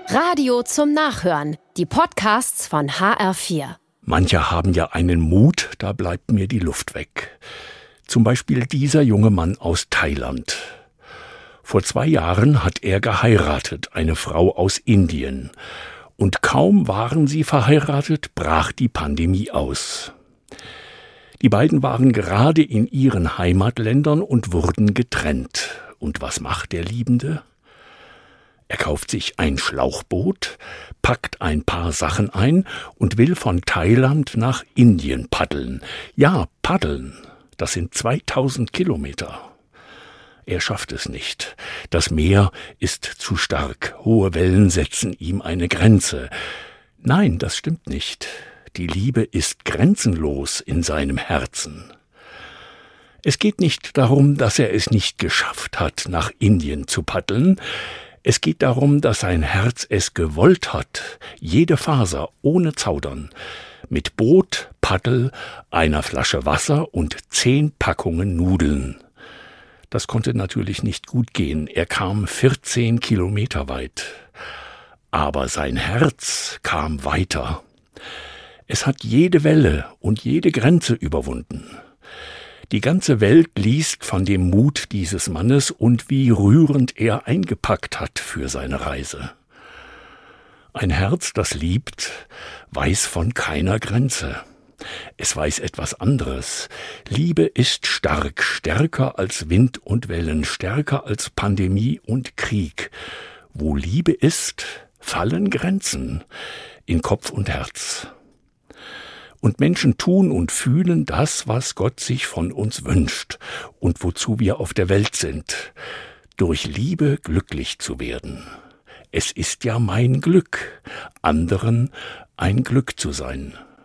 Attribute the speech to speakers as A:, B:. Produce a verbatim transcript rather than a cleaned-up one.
A: Radio zum Nachhören. Die Podcasts von H R vier.
B: Manche haben ja einen Mut, da bleibt mir die Luft weg. Zum Beispiel dieser junge Mann aus Thailand. Vor zwei Jahren hat er geheiratet, eine Frau aus Indien. Und kaum waren sie verheiratet, brach die Pandemie aus. Die beiden waren gerade in ihren Heimatländern und wurden getrennt. Und was macht der Liebende? Er kauft sich ein Schlauchboot, packt ein paar Sachen ein und will von Thailand nach Indien paddeln. Ja, paddeln. Das sind zweitausend Kilometer. Er schafft es nicht. Das Meer ist zu stark. Hohe Wellen setzen ihm eine Grenze. Nein, das stimmt nicht. Die Liebe ist grenzenlos in seinem Herzen. Es geht nicht darum, dass er es nicht geschafft hat, nach Indien zu paddeln. Es geht darum, dass sein Herz es gewollt hat, jede Faser ohne Zaudern, mit Boot, Paddel, einer Flasche Wasser und zehn Packungen Nudeln. Das konnte natürlich nicht gut gehen, er kam vierzehn Kilometer weit. Aber sein Herz kam weiter. Es hat jede Welle und jede Grenze überwunden. Die ganze Welt liest von dem Mut dieses Mannes und wie rührend er eingepackt hat für seine Reise. Ein Herz, das liebt, weiß von keiner Grenze. Es weiß etwas anderes. Liebe ist stark, stärker als Wind und Wellen, stärker als Pandemie und Krieg. Wo Liebe ist, fallen Grenzen in Kopf und Herz. Und Menschen tun und fühlen das, was Gott sich von uns wünscht und wozu wir auf der Welt sind, durch Liebe glücklich zu werden. Es ist ja mein Glück, anderen ein Glück zu sein.